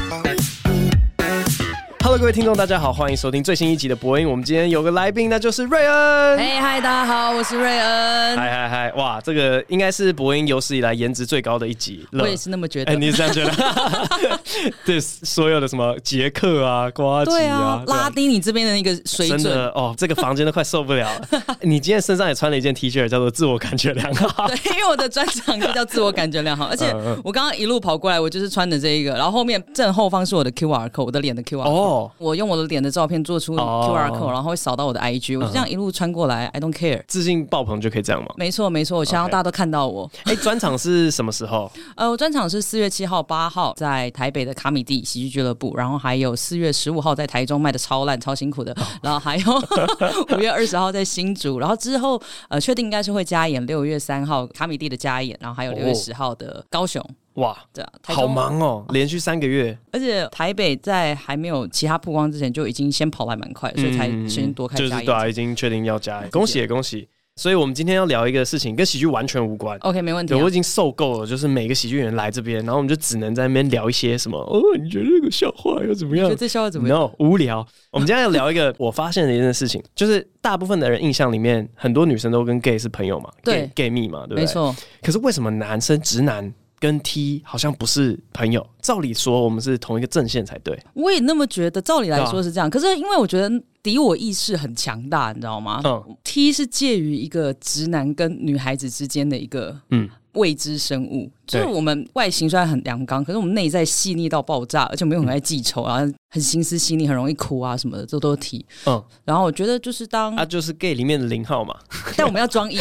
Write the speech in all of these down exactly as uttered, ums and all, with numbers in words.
Hello， 各位听众，大家好，欢迎收听最新一集的播音。我们今天有个来宾，那就是瑞恩。 嘿，嗨，大家好，我是瑞恩。 嗨嗨嗨！哇，这个应该是播音有史以来颜值最高的一集了。 我也是那么觉得。 哎、欸，你是这样觉得？对，所有的什么杰克啊、瓜吉啊， 对啊，拉低你这边的那个水准。 真的哦，这个房间都快受不了了。你今天身上也穿了一件 T 恤，叫做“自我感觉良好”。 对，因为我的专场就叫“自我感觉良好”，而且我刚刚一路跑过来，我就是穿的这一个，然后后面正后方是我的 Q R code， 我的脸的 Q R code。哦，我用我的脸的照片做出 Q R code，、哦、然后会扫到我的 I G， 我就这样一路穿过来、嗯、，I don't care， 自信爆棚就可以这样吗？ 没错没错，我希望大家都看到我。 哎、okay 欸，专场是什么时候？ 呃，我专场是四月七号、八号在台北的卡米地喜剧俱乐部，然后还有四月十五号在台中卖的超烂、超辛苦的，然后还有五月二十号在新竹，然后之后呃确定应该是会加演六月三号卡米地的加演，然后还有六月十号的高雄。哦哇，对啊，好忙哦，连续三个月， 而且台北在还没有其他曝光之前就已经先跑来蛮快，所以才先多开加演、嗯、 就是对啊，已经确定要加演，恭喜恭喜！所以我们今天要聊一个事情，跟喜剧完全无关。 OK， 没问题、啊。 对，我已经受够了，就是每个喜剧人来这边，然后我们就只能在那边聊一些什么哦，你觉得这个笑话又怎么样？ 你觉得这笑话怎么样 ？No， 无聊。我们今天要聊一个我发现的一件事情，就是大部分的人印象里面，很多女生都跟 gay 是朋友嘛， 对 ，gay, gay 蜜嘛，对不对？ 没错。 可是为什么男生直男跟 T 好像不是朋友？照理说我们是同一个阵线才对。 我也那么觉得，照理来说是这样。可是因为我觉得敌我意识很强大，你知道吗？嗯 ，T 是介于一个直男跟女孩子之间的一个嗯未知生物。就是我们外形虽然很阳刚，可是我们内在细腻到爆炸，而且我们又很爱记仇，然后很心思细腻，很容易哭啊什么的，这都是 T。嗯，然后我觉得就是当啊，就是 gay 里面的零号嘛， 但我们要装一。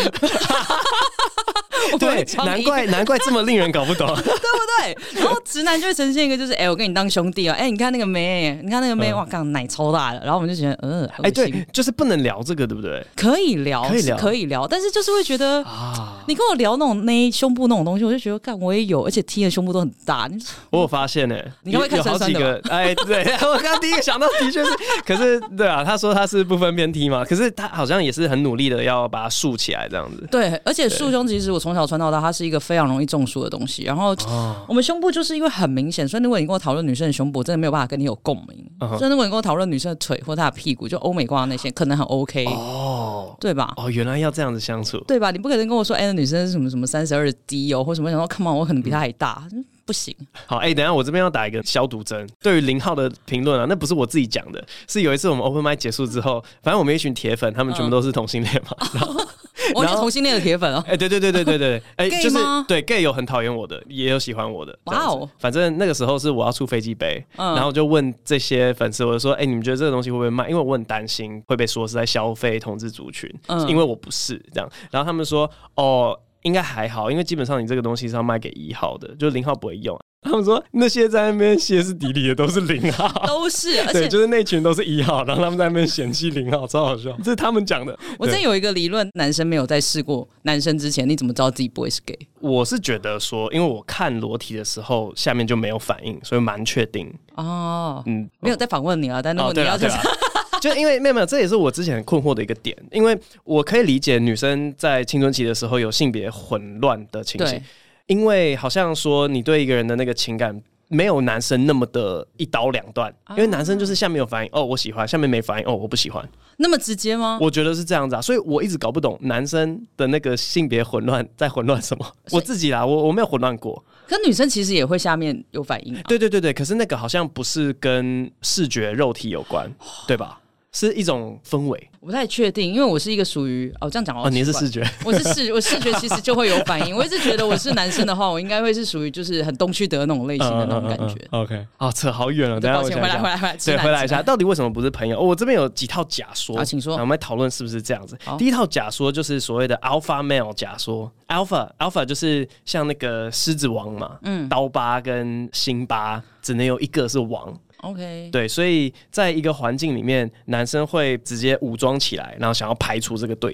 对，难怪难怪这么令人搞不懂，对不对？然后直男就会呈现一个，就是哎、欸，我跟你当兄弟啊，哎、欸，你看那个妹，你看那个妹，嗯、哇，刚奶超大的，然后我们就觉得，嗯，哎、 欸，对，就是不能聊这个，对不对？ 可以聊，可以聊，可以聊，但是就是会觉得，啊、你跟我聊那种内胸部那种东西，我就觉得，干我也有，而且 T 的胸部都很大。 我有发现呢、欸， 你刚会看酸酸的有好几个，哎，对，我刚刚第一个想到的确是，可是对啊，他说他是不分偏 T 嘛，可是他好像也是很努力的要把它竖起来这样子。 对，而且束胸其实我从小穿到大，它是一个非常容易中暑的东西。然后我们胸部就是因为很明显，所以如果你跟我讨论女生的胸部，我真的没有办法跟你有共鸣。Uh-huh. 所以如果你跟我讨论女生的腿或她的屁股，就欧美挂那些，可能很 OK， 哦，对吧？ 哦，原来要这样子相处， 对吧？你不可能跟我说，哎、欸，那女生是什么什么三十二 D 哦，或什么，想说 ，Come on， 我可能比她还大。嗯，不行。 好，哎、欸，等一下我这边要打一个消毒针。对于零号的评论啊，那不是我自己讲的，是有一次我们 open mic 结束之后，反正我们一群铁粉，他们全部都是同性恋嘛，嗯、然后我是同性恋的铁粉哦。 哎、欸，对对对对对对，哎、欸，就是对 gay 有很讨厌我的，也有喜欢我的。哇哦！反正那个时候是我要出飞机杯、嗯，然后就问这些粉丝，我就说，哎、欸，你们觉得这个东西会不会卖？因为我很担心会被说是在消费同志族群、嗯，因为我不是这样。然后他们说，哦，应该还好，因为基本上你这个东西是要卖给一号的，就零号不会用。他们说那些在那边歇斯底里的都是零号， 都是，而且对，就是那群都是一号，然后他们在那边嫌弃零号，超好笑。这是他们讲的。 我真有一个理论，男生没有在试过男生之前，你怎么知道自己不会是 gay？ 我是觉得说，因为我看裸体的时候下面就没有反应，所以蛮确定。 哦，嗯，没有在访问你啊，但如果你要这样。哦就因为没有没有，这也是我之前很困惑的一个点，因为我可以理解女生在青春期的时候有性别混乱的情形，因为好像说你对一个人的那个情感没有男生那么的一刀两断，因为男生就是下面有反应哦我喜欢，下面没反应哦我不喜欢， 那么直接吗？ 我觉得是这样子啊，所以我一直搞不懂男生的那个性别混乱在混乱什么。我自己啦，我我没有混乱过。 可女生其实也会下面有反应、啊， 对对对对，可是那个好像不是跟视觉肉体有关，对吧？是一种氛围， 我不太确定，因为我是一个属于哦这样讲哦， 你是视觉， 我是视我视觉其实就会有反应。我一直觉得我是男生的话，我应该会是属于就是很东区德那种类型的那种感觉。 嗯嗯嗯、OK， 哦，扯好远了，等一下我想回来回来回来， 对，回来一下，到底为什么不是朋友？哦、我这边有几套假说， 好，请说。 我们来讨论是不是这样子。第一套假说就是所谓的 alpha male 假说 ，alpha alpha 就是像那个狮子王嘛，嗯，刀疤跟辛巴只能有一个是王。 OK， 对，所以在一个环境里面，男生会直接武装起来，然后想要排除这个对象。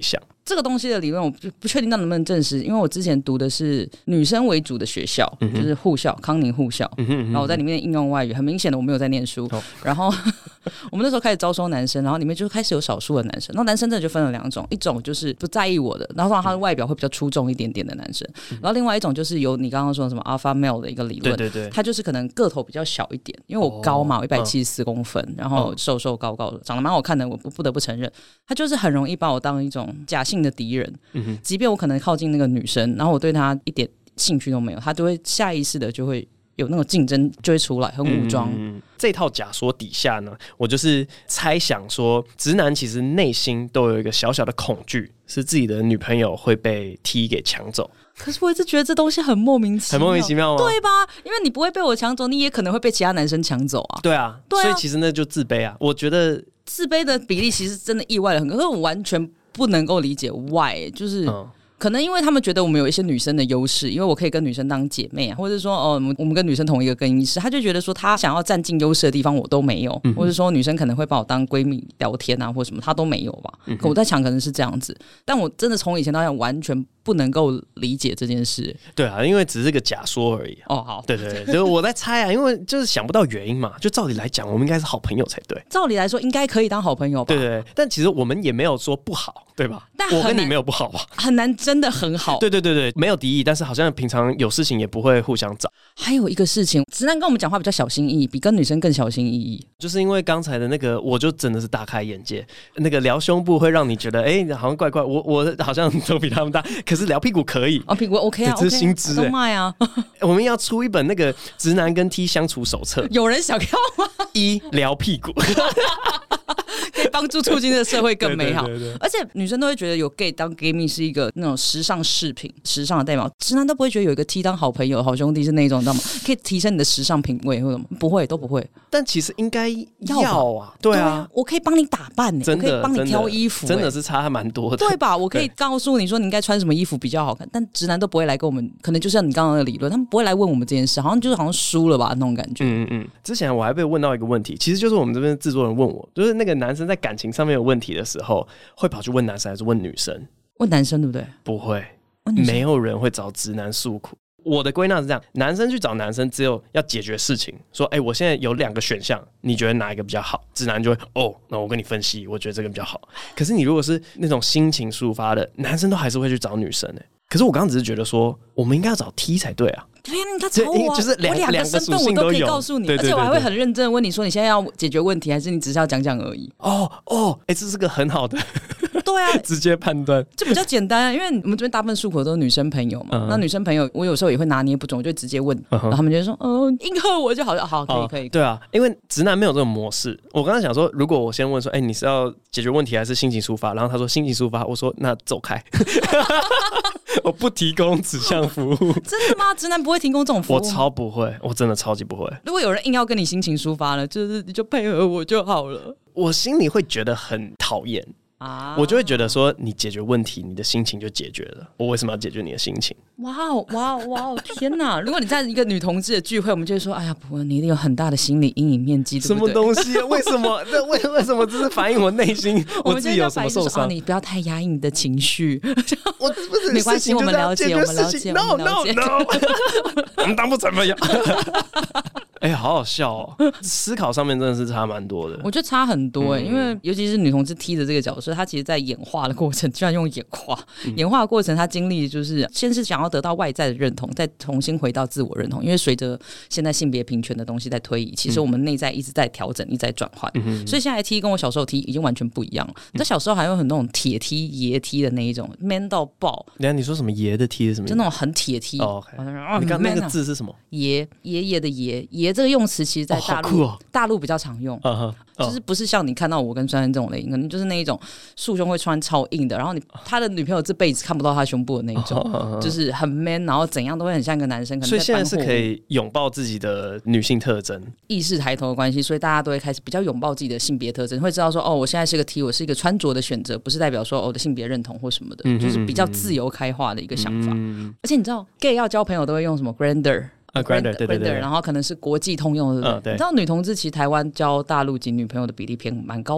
这个东西的理论我不确定到能不能证实，因为我之前读的是女生为主的学校，嗯、就是护校康宁护校、嗯，然后我在里面应用外语，很明显的我没有在念书。哦、然后我们那时候开始招收男生，然后里面就开始有少数的男生，然后男生真的就分了两种，一种就是不在意我的，然后他的外表会比较出众一点点的男生，嗯、然后另外一种就是有你刚刚说的什么 alpha male 的一个理论， 对对对， 他就是可能个头比较小一点，因为我高嘛，我一百七十四公分，嗯、然后瘦瘦高高的，长得蛮好看的，我不得不承认，他就是很容易把我当一种假性的敌人。嗯、即便我可能靠近那个女生，然后我对她一点兴趣都没有，她都会下意识的就会有那种竞争就会出来，很武装。嗯、 这套假说底下呢，我就是猜想说，直男其实内心都有一个小小的恐惧，是自己的女朋友会被 T 给抢走。 可是我一直觉得这东西很莫名其妙， 很莫名其妙吗？ 对吧？因为你不会被我抢走，你也可能会被其他男生抢走啊。 对啊，对啊，所以其实那就自卑啊。我觉得自卑的比例其实真的意外的很高，可是我完全不能够理解 why， 就是。嗯，可能因为他们觉得我们有一些女生的优势，因为我可以跟女生当姐妹啊，或者说哦，我们跟女生同一个更衣室，他就觉得说他想要占尽优势的地方我都没有，嗯、或者说女生可能会把我当闺蜜聊天啊，或什么他都没有吧。嗯、可我在想可能是这样子，但我真的从以前到现在完全不能够理解这件事。 对啊，因为只是个假说而已。 哦，好， 对对对，就是我在猜啊，因为就是想不到原因嘛。就照理来讲，我们应该是好朋友才对。 照理来说，应该可以当好朋友吧？ 对对对，但其实我们也没有说不好，对吧？但我跟你没有不好吧？ 很难真的很好。 对对对对，没有敌意，但是好像平常有事情也不会互相找。 还有一个事情，直男跟我们讲话比较小心翼翼，比跟女生更小心翼翼。 就是因为刚才的那个，我就真的是大开眼界。那个聊胸部会让你觉得，哎、欸，好像怪怪。我我好像都比他们大，可是聊屁股可以。 哦，屁股 OK 啊， 这是新知、欸， 都卖啊。 我们要出一本那个直男跟 T 相处手册。 有人想要吗？ 一聊屁股。 可以帮助促进这个社会更美好。 对对对对， 而且女生都会觉得有 gay 当 gay 蜜是一个那种时尚饰品、时尚的代表，直男都不会觉得有一个 T 当好朋友、好兄弟是那种，你知道吗？可以提升你的时尚品味或者什么？不会，都不会。 但其实应该要啊，对啊，对啊， 我可以帮你打扮、欸， 真的， 我可以帮你挑衣服、欸， 真的是差蛮多的， 对吧？我可以告诉你说你应该穿什么衣服比较好看，但直男都不会来跟我们，可能就像你刚刚的理论，他们不会来问我们这件事，好像就是好像输了吧那种感觉。 嗯嗯。之前我还被问到一个问题，其实就是我们这边制作人问我，就是那个男生在感情上面有问题的时候，会跑去问男生还是问女生？ 问男生对不对？ 不会，没有人会找直男诉苦。我的归纳是这样：男生去找男生，只有要解决事情，说，哎、欸，我现在有两个选项，你觉得哪一个比较好？直男就会，哦，那我跟你分析，我觉得这个比较好。可是你如果是那种心情抒发的，男生都还是会去找女生、欸。可是我刚刚只是觉得说，我们应该要找 T 才对啊。 对呀，他找我啊， 就是两我两个身份我都可以告诉你， 对对对对， 而且我还会很认真的问你说，你现在要解决问题，还是你只是要讲讲而已？ 哦哦，哎、欸，这是个很好的。 对啊， 直接判断这比较简单啊，因为我们这边大部分诉苦都是女生朋友嘛， uh-huh. 那女生朋友我有时候也会拿捏不准，我就直接问， uh-huh. 然后他们就说，哦、呃，应和我就好，好，可以， uh-huh. 可以。 对啊，因为直男没有这种模式。我刚刚想说，如果我先问说，哎、欸，你是要解决问题还是心情抒发？然后他说心情抒发，我说那走开，我不提供指向服务。 真的吗？直男不会提供这种服务？ 我超不会，我真的超级不会。 如果有人硬要跟你心情抒发了，就是你就配合我就好了。 我心里会觉得很讨厌。啊、我就会觉得说，你解决问题，你的心情就解决了。我为什么要解决你的心情？ 哇哦，哇哦，哇哦！天哪！如果你在一个女同志的聚会，我们就会说，哎呀，不，你一定有很大的心理阴影面积，对不对？ 什么东西、啊？为什么？这为为什么？这是反映我内心，我自己有什么受伤、 哦？你不要太压抑你的情绪。 我不是没关系，我们了解，我们了解。 No No No， 我们当不怎么样。哎、欸，好好笑哦！思考上面真的是差蛮多的， 我觉得差很多哎、欸嗯，因为尤其是女同志 T 的这个角色，她其实在演化的过程，居然用演化，嗯、演化的过程，她经历就是先是想要得到外在的认同，再重新回到自我认同。因为随着现在性别平权的东西在推移，其实我们内在一直在调整，一直在转换、嗯，所以现在 T 跟我小时候 T 已经完全不一样了。你、嗯、在小时候还有很多那种铁 T、爷 T 的那一种 man 到爆。 等一下你说什么爷的 T 是什么？ 就那种很铁 T。 哦 okay 你刚那个字是什么？ 爷爷爷的爷爷这个用词，其实在大陆、哦哦、大陆比较常用。Uh-huh. Oh. 就是不是像你看到我跟珊珊这种类型，可能就是那一种束胸会穿超硬的，然后你他的女朋友这辈子看不到他胸部的那一种， uh-huh. 就是很 man， 然后怎样都会很像一个男生。可能在所以现在是可以拥抱自己的女性特征， 意识抬头的关系，所以大家都会开始比较拥抱自己的性别特征，会知道说哦，我现在是个 T， 我是一个穿着的选择，不是代表说、哦、我的性别认同或什么的、嗯，就是比较自由开化的一个想法。嗯、而且你知道 gay 要交朋友都会用什么 Grindr。 啊 ，Grindr 对对对， 然后可能是国际通用的，对不对？ 嗯、对， 你知道女同志其实台湾交大陆籍女朋友的比例偏蛮高的，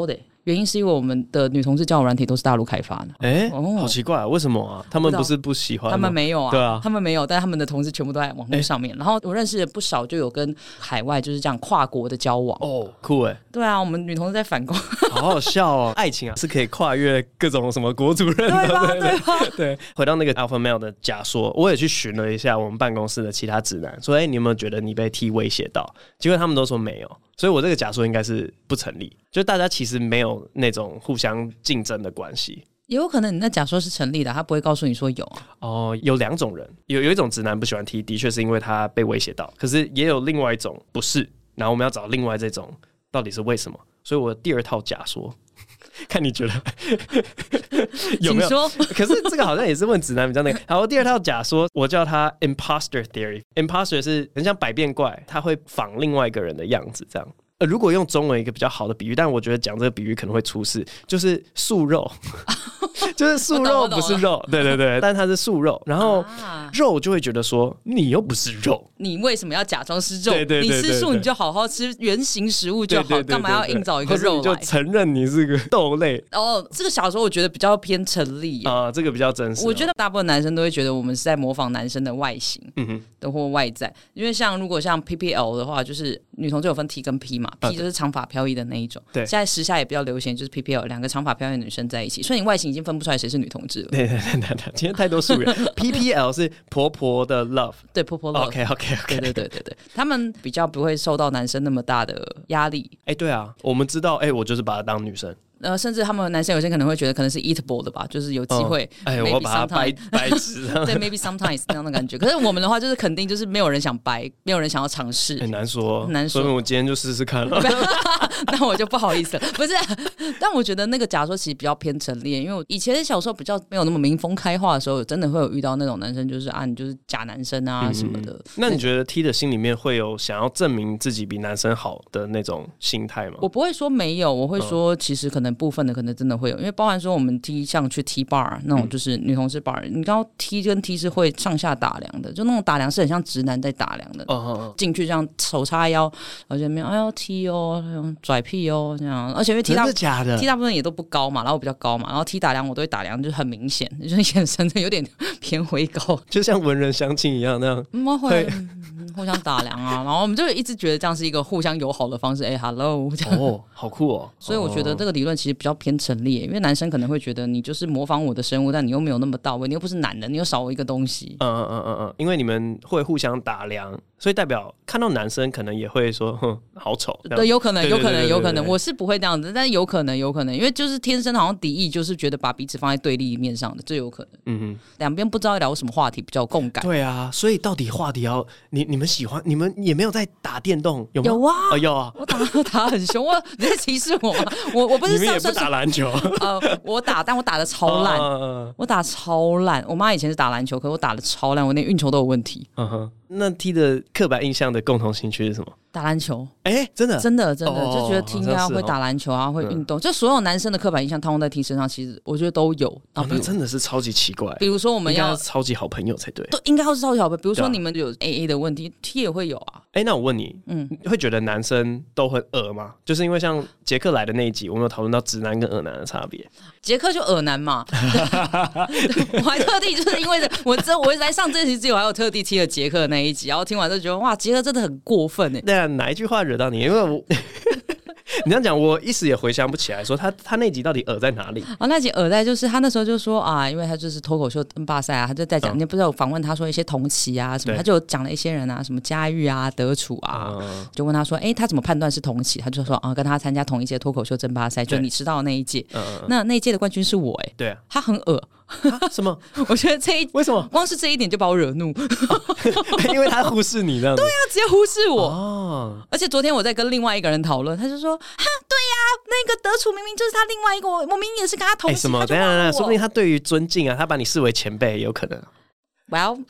原因是因为我们的女同志交友软体都是大陆开发的。 哎、欸哦，好奇怪、啊，为什么啊？他们不是不喜欢吗？ 他们没有啊， 对啊， 他们没有，但他们的同志全部都在网络上面。欸、然后我认识的不少就有跟海外就是这样跨国的交往。 哦，酷哎、欸！ 对啊，我们女同志在反攻， 好好笑哦。爱情啊是可以跨越各种什么国主任的， 对吧？对吧？ 对。回到那个 Alpha Male 的假说，我也去询了一下我们办公室的其他直男，说：“哎、欸，你有没有觉得你被 T 威胁到？”结果他们都说没有。所以我这个假说应该是不成立，就大家其实没有那种互相竞争的关系。 也有可能你那假说是成立的，他不会告诉你说有啊。 哦，有两种人，有有一种直男不喜欢 T， 的确是因为他被威胁到，可是也有另外一种不是，然后我们要找另外这种到底是为什么。所以我的第二套假说，看你觉得有没有？ 说可是这个好像也是问直男比较那个。好，第二套假说，我叫它 imposter theory。imposter 是很像百变怪，他会仿另外一个人的样子，这样。呃，如果用中文一个比较好的比喻，但我觉得讲这个比喻可能会出事，就是素肉，就是素肉不是肉，对对对，但它是素肉，然后肉就会觉得说你又不是肉， 你为什么要假装是肉？ 对对对对对对， 你吃素你就好好吃原型食物就好，干嘛要硬找一个肉来？ 你就承认你是个豆类。 哦，这个小时候我觉得比较偏成立啊、 呃，这个比较真实、哦。 我觉得大部分男生都会觉得我们是在模仿男生的外形，嗯哼，的或外在，因为像如果像 P P L 的话，就是女同志有分 T 跟 P 嘛。P 就是长发飘逸的那一种，对，现在时下也比较流行，就是 P P L 两个长发飘逸的女生在一起，所以你外形已经分不出来谁是女同志了。 对对对对对，今天太多素人。P P L 是婆婆的 love， 对，婆婆 love。OK OK OK， 对对对对对，他们比较不会受到男生那么大的压力。 哎、欸，对啊，我们知道，哎、欸，我就是把她当女生。 呃，甚至他们男生有些可能会觉得可能是 eatable 的吧，就是有机会。 哎、嗯欸，我把它掰掰直。 对 ，maybe sometimes 那样的感觉。可是我们的话，就是肯定就是没有人想掰，没有人想要尝试。 很难说， 很难说。 所以我今天就试试看了。 那我就不好意思了，不是。但我觉得那个假说其实比较偏成立，因为我以前小时候比较没有那么民风开化的时候，真的会有遇到那种男生，就是啊，你就是假男生啊什么的。嗯、 那你觉得 T 的心里面会有想要证明自己比男生好的那种心态吗？ 我不会说没有，我会说其实可能部分的可能真的会有，因为包含说我们 T 像去 T bar 那种就是女同志 bar，、嗯、你刚刚 T 跟 T 是会上下打量的，就那种打量是很像直男在打量的。哦进、哦、去这样手叉腰，而且没有哎呦 T 哦，拽屁哦这样，而且因为 T 大 T 大部分也都不高嘛，然后我比较高嘛，然后 T 打量我都会打量，就是很明显，就是眼神有点偏回高， 就像文人相亲一样那样。 嗯，会、嗯、互相打量啊，然后我们就一直觉得这样是一个互相友好的方式。哎、欸、，Hello， 这样哦，好酷哦。 所以我觉得这个理论其实比较偏成立，因为男生可能会觉得你就是模仿我的生物，但你又没有那么到位，你又不是男的，你又少我一个东西。 嗯嗯嗯嗯嗯，因为你们会互相打量，所以代表看到男生可能也会说，哼，好丑。 对，有可能，有可能，有可能，我是不会这样子，但是有可能，有可能，因为就是天生好像敌意，就是觉得把彼此放在对立面上的，这有可能。嗯哼，两边不知道聊什么话题比较有共感。 对啊，所以到底话题要你你们喜欢，你们也没有在打电动，有吗？ 有啊， 哦、有啊， 我打打很凶，我你在歧视我吗？我我不是你们也不打篮球。 呃，我打，但我打的超烂，哦、我打超烂。我妈以前是打篮球，可是我打的超烂，我连运球都有问题。嗯哼，那 T 的刻板印象的共同兴趣是什么？ 打篮球。 哎、欸，真的， 真的，真的，哦、就觉得 T 应该要会打篮球啊，会运动。嗯、就所有男生的刻板印象套用在 T 身上，其实我觉得都有。 哦，那真的是超级奇怪。 比如说我们要超级好朋友才对， 都应该要是超级好朋友。比如说你们有 A A 的问题 ，T 也会有啊。 哎、欸，那我问你，嗯，会觉得男生都很恶吗？就是因为像杰克来的那一集，我们有讨论到直男跟恶男的差别。 杰克就恶男嘛，我还特地就是因为我这我来上这集之前，我还有特地听了杰克的那一集，然后听完就觉得哇，杰克真的很过分哎。 对啊，哪一句话惹到你？因为我你这样讲，我一时也回想不起来，说他他那集到底恶在哪里？ 啊，那集恶在就是他那时候就说啊，因为他就是脱口秀争霸赛啊，他就在讲，嗯、你不是有访问他说一些同期啊什么，他就讲了一些人啊，什么嘉玉啊、德楚啊，嗯、就问他说，哎、欸，他怎么判断是同期？他就说啊，跟他参加同一届脱口秀争霸赛，就你知道的那一届，嗯、那那一届的冠军是我、欸，哎， 对啊， 他很恶。 什么？ 我觉得这一为什么光是这一点就把我惹怒、 哦，因为他忽视你这样子。 对啊，直接忽视我。哦，而且昨天我在跟另外一个人讨论，他就说：“哈，对呀、啊，那个德楚明明就是他另外一个，我我明明也是跟他同期。欸”什么？ 等一下等一下，说不定他对于尊敬啊，他把你视为前辈，有可能。 Well，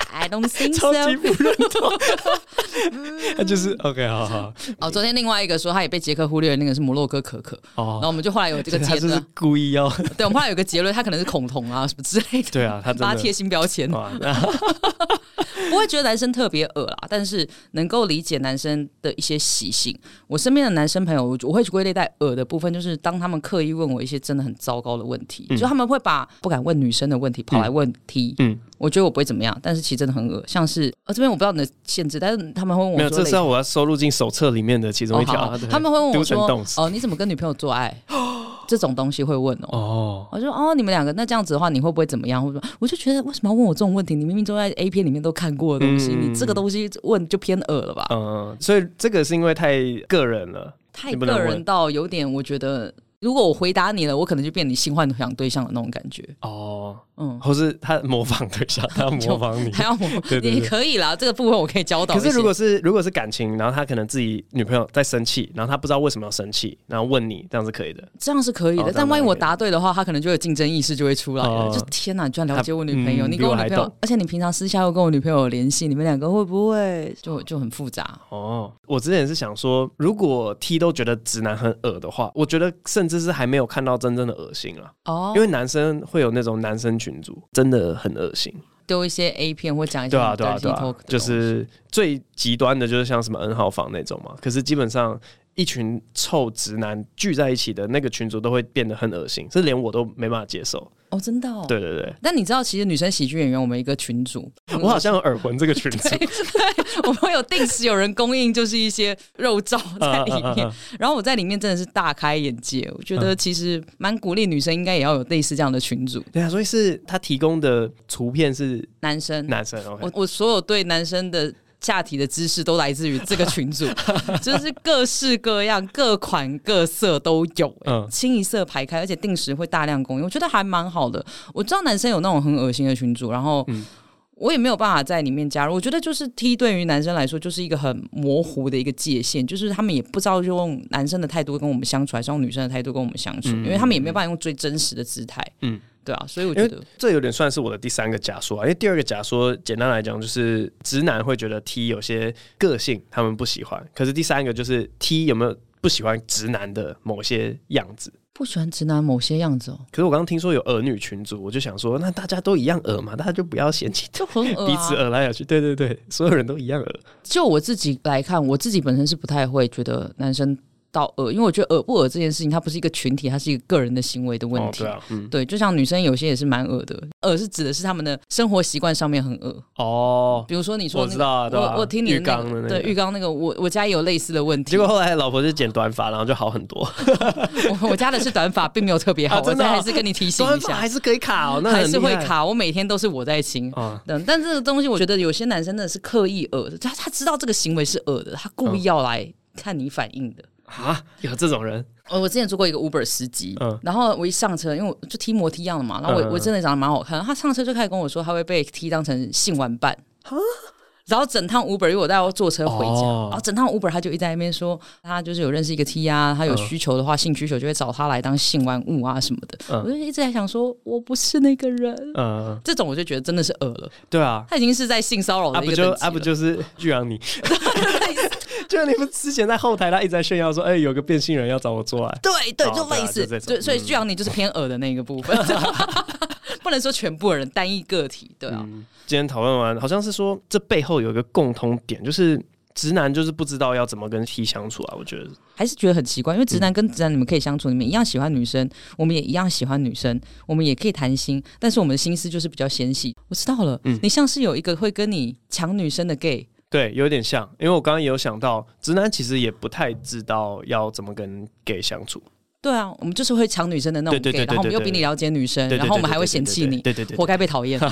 I don't think so， 超级不认同。他就是 OK， 好好。 哦，昨天另外一个说他也被杰克忽略的那个是摩洛哥可可，哦，然后我们就后来有这个结论， 他是故意要， 对，我们后来有个结论，他可能是恐同啊什么之类的， 对啊，他真的把他贴新标签。不会觉得男生特别恶啦，但是能够理解男生的一些习性。我身边的男生朋友，我会归类在恶的部分，就是当他们刻意问我一些真的很糟糕的问题，嗯、就他们会把不敢问女生的问题跑来问 T， 嗯，我觉得我不会怎么样，但是其实真的很恶，像是呃这边我不知道你的限制，但是他们会问我说， 没有，这是要我要收录进手册里面的其中一条、哦。 他们会问我说，哦，你怎么跟女朋友做爱？这种东西会问哦，哦我说哦，你们两个那这样子的话，你会不会怎么样？我就觉得为什么要问我这种问题？你明明都在 A 片里面都看过的东西，嗯、你这个东西问就偏恶了吧？ 嗯，所以这个是因为太个人了， 太个人到有点，我觉得。如果我回答你了，我可能就变你性幻想对象的那种感觉哦，嗯，或是他模仿对象，他要模仿你， 他要模仿，对对对，你可以啦，这个部分我可以教导。 可是如果是如果是感情，然后他可能自己女朋友在生气，然后他不知道为什么要生气，然后问你，这样是可以的， 这样是可以的。哦、但万一我答对的话，他可能就有竞争意识就会出来了。哦、就天哪，你居然了解我女朋友，嗯、你跟我女朋友，而且你平常私下又跟我女朋友有联系，你们两个会不会就就很复杂？ 哦，我之前是想说，如果 T 都觉得直男很恶的话，我觉得甚至是还没有看到真正的恶心了哦，因为男生会有那种男生群组，真的很恶心， 丢一些 A 片或讲一些对啊对啊对啊，就是最极端的就是像什么 N 号房那种嘛。可是基本上一群臭直男聚在一起的那个群组都会变得很恶心，这连我都没办法接受。 哦，真的哦， 对对对。 但你知道，其实女生喜剧演员，我们一个群组， 我好像有耳闻这个群组， 对，我们有定时有人供应，就是一些肉照在里面。啊啊啊啊然后我在里面真的是大开眼界，我觉得其实蛮鼓励女生应该也要有类似这样的群组。 对啊，所以是他提供的图片是男生， 男生。Okay、 我我所有对男生的。下体的知识都来自于这个群组，就是各式各样、各款各色都有、欸，嗯，清一色排开，而且定时会大量供应，我觉得还蛮好的。我知道男生有那种很恶心的群组，然后我也没有办法在里面加入。我觉得就是 T 对于男生来说就是一个很模糊的一个界限，就是他们也不知道用男生的态度跟我们相处，还是用女生的态度跟我们相处，嗯、因为他们也没有办法用最真实的姿态，嗯。对啊，所以我觉得这有点算是我的第三个假说啊。因为第二个假说，简单来讲就是直男会觉得 T 有些个性他们不喜欢，可是第三个就是 T 有没有不喜欢直男的某些样子？ 不喜欢直男某些样子哦。 可是我刚刚听说有儿女群组，我就想说，那大家都一样恶嘛，大家就不要嫌弃， 就很恶、啊， 彼此恶来恶去。对对对，所有人都一样恶。 就我自己来看，我自己本身是不太会觉得男生。到恶，因为我觉得恶不恶这件事情，它不是一个群体，它是一个个人的行为的问题。哦对啊嗯、对，就像女生有些也是蛮恶的，恶是指的是他们的生活习惯上面很恶哦。比如说你说、那个， 我知道、啊，对啊、 我我听你的、那个、 浴缸的那个，对浴缸那个，我我家也有类似的问题。 结果后来老婆就剪短发，然后就好很多。 我, 我家的是短发，并没有特别好，啊、我再还是跟你提醒一下， 还是可以卡哦，那还是会卡。我每天都是我在清，嗯，但这个东西我觉得有些男生真的是刻意恶的，他他知道这个行为是恶的，他故意要来看你反应的。 啊，有这种人？ 我之前做过一个 Uber 司机，嗯、然后我一上车，因为我就踢摩踢一样的嘛，然后我、嗯、我真的长得蛮好看，他上车就开始跟我说，他会被踢当成性玩伴。然后整趟 Uber 因为我带我坐车回家、哦、然后整趟 Uber 他就一直在那边说他就是有认识一个 T 啊，他有需求的话、嗯、性需求就会找他来当性玩物啊什么的、嗯、我就一直在想说我不是那个人、嗯、这种我就觉得真的是恶了。 对啊， 他已经是在性骚扰的一个等级了。 啊不就是巨阳你就你们之前在后台他一直在炫耀说哎、欸，有个变性人要找我做爱。 对对，就类似、哦、对，所以巨阳你就是偏恶的那个部分、嗯、不能说全部的人，单一个体。对啊、嗯， 今天讨论完好像是说这背后有一个共通点，就是直男就是不知道要怎么跟 T 相处啊。我觉得还是觉得很奇怪，因为直男跟直男你们可以相处、嗯、你们一样喜欢女生，我们也一样喜欢女生，我们也可以谈心，但是我们的心思就是比较纤细。我知道了、嗯、你像是有一个会跟你抢女生的 gay。 对，有点像，因为我刚刚也有想到直男其实也不太知道要怎么跟 gay 相处。 对啊，我们就是会抢女生的那种 gay， 对对对对对对， 然后我们又比你了解女生， 对对对对对对对， 然后我们还会嫌弃你， 对对对对对对， 活该被讨厌。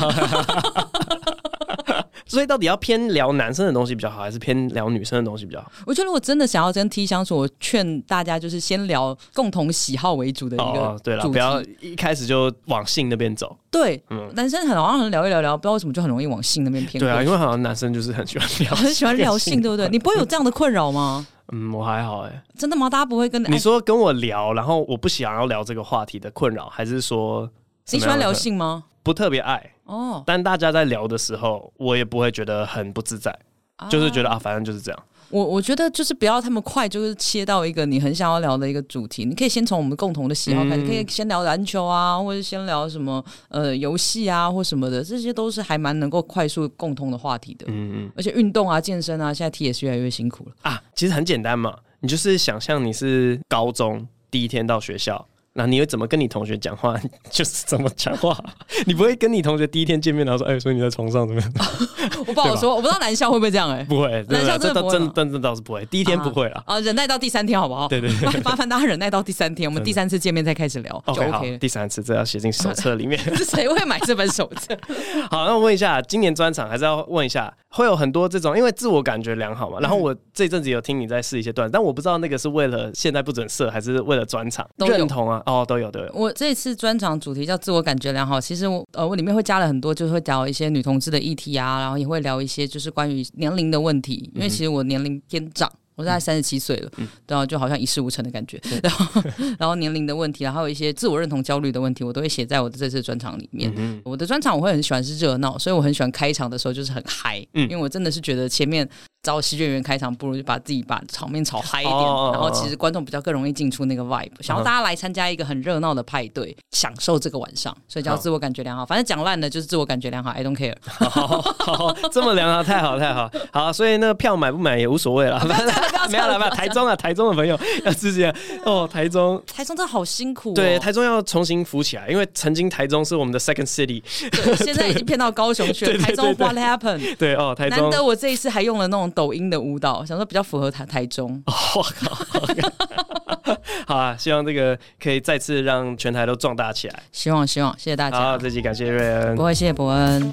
所以到底要偏聊男生的东西比较好，还是偏聊女生的东西比较好？ 我觉得如果真的想要跟 T 相处，我劝大家就是先聊共同喜好为主的一个主题。哦、对了， 不要一开始就往性那边走。 对，嗯，男生很好像聊一聊聊，不知道为什么就很容易往性那边偏。 对啊，因为好像男生就是很喜欢聊， 很喜欢聊性，对不对？你不会有这样的困扰吗？ 嗯，我还好哎、欸。 真的吗？大家不会跟你说跟我聊，然后我不想要聊这个话题的困扰，还是说你喜欢聊性吗？ 不特别爱哦，但大家在聊的时候，我也不会觉得很不自在，啊、就是觉得啊，反正就是这样。 我我觉得就是不要他们快，就是切到一个你很想要聊的一个主题。你可以先从我们共同的喜好开始，嗯、可以先聊篮球啊，或者先聊什么呃游戏啊，或什么的，这些都是还蛮能够快速共同的话题的。嗯嗯。而且运动啊、健身啊，现在 T 也是越来越辛苦了啊。其实很简单嘛，你就是想象你是高中第一天到学校。那你会怎么跟你同学讲话？就是怎么讲话，你不会跟你同学第一天见面，然后说：“哎、欸，所以你在床上怎么样？” 我不好说，我不知道男校会不会这样哎、欸， 不会， 男校真的不会， 真真真倒是不会，第一天不会啦。 啊，忍耐到第三天好不好？ 对对对， 麻烦大家忍耐到第三天，我们第三次见面再开始聊就 OK 了。 Okay, 第三次这要写进手册里面。 谁会买这本手册？ 好，那我问一下，今年专场还是要问一下，会有很多这种，因为自我感觉良好嘛。然后我这阵子有听你在试一些段子，但我不知道那个是为了现在不准设，还是为了专场认同啊？哦，都有都有。 我这次专场主题叫自我感觉良好，其实我呃我里面会加了很多，就是会聊一些女同志的议题啊，然后也会聊一些就是关于年龄的问题，因为其实我年龄偏长。我现在三十七岁了，嗯、然后就好像一事无成的感觉。嗯、然后，然后年龄的问题，然后还有一些自我认同焦虑的问题，我都会写在我的这次专场里面。嗯、我的专场我会很喜欢是热闹，所以我很喜欢开场的时候就是很嗨，嗯、因为我真的是觉得前面找喜剧演员开场，不如就把自己把场面炒嗨一点，哦、然后其实观众比较更容易进出那个 vibe，想要大家来参加一个很热闹的派对，享受这个晚上，所以叫自我感觉良好。反正讲烂的就是自我感觉良好 ，I don't care 好。好，好，这么良好，太好，太好。好，所以那个票买不买也无所谓了。没有了，没有。台中啊，台中的朋友要支持哦。台中， 台中真的好辛苦、哦。 对，台中要重新扶起来，因为曾经台中是我们的 second city， 对，现在已经骗到高雄去了。台中 what happened？ 对哦，台中难得我这一次还用了那种抖音的舞蹈，想说比较符合台台中。 我、哦、靠！好啊，希望这个可以再次让全台都壮大起来。 希望希望，谢谢大家。 好，这集感谢瑞恩， 不会，谢谢伯恩。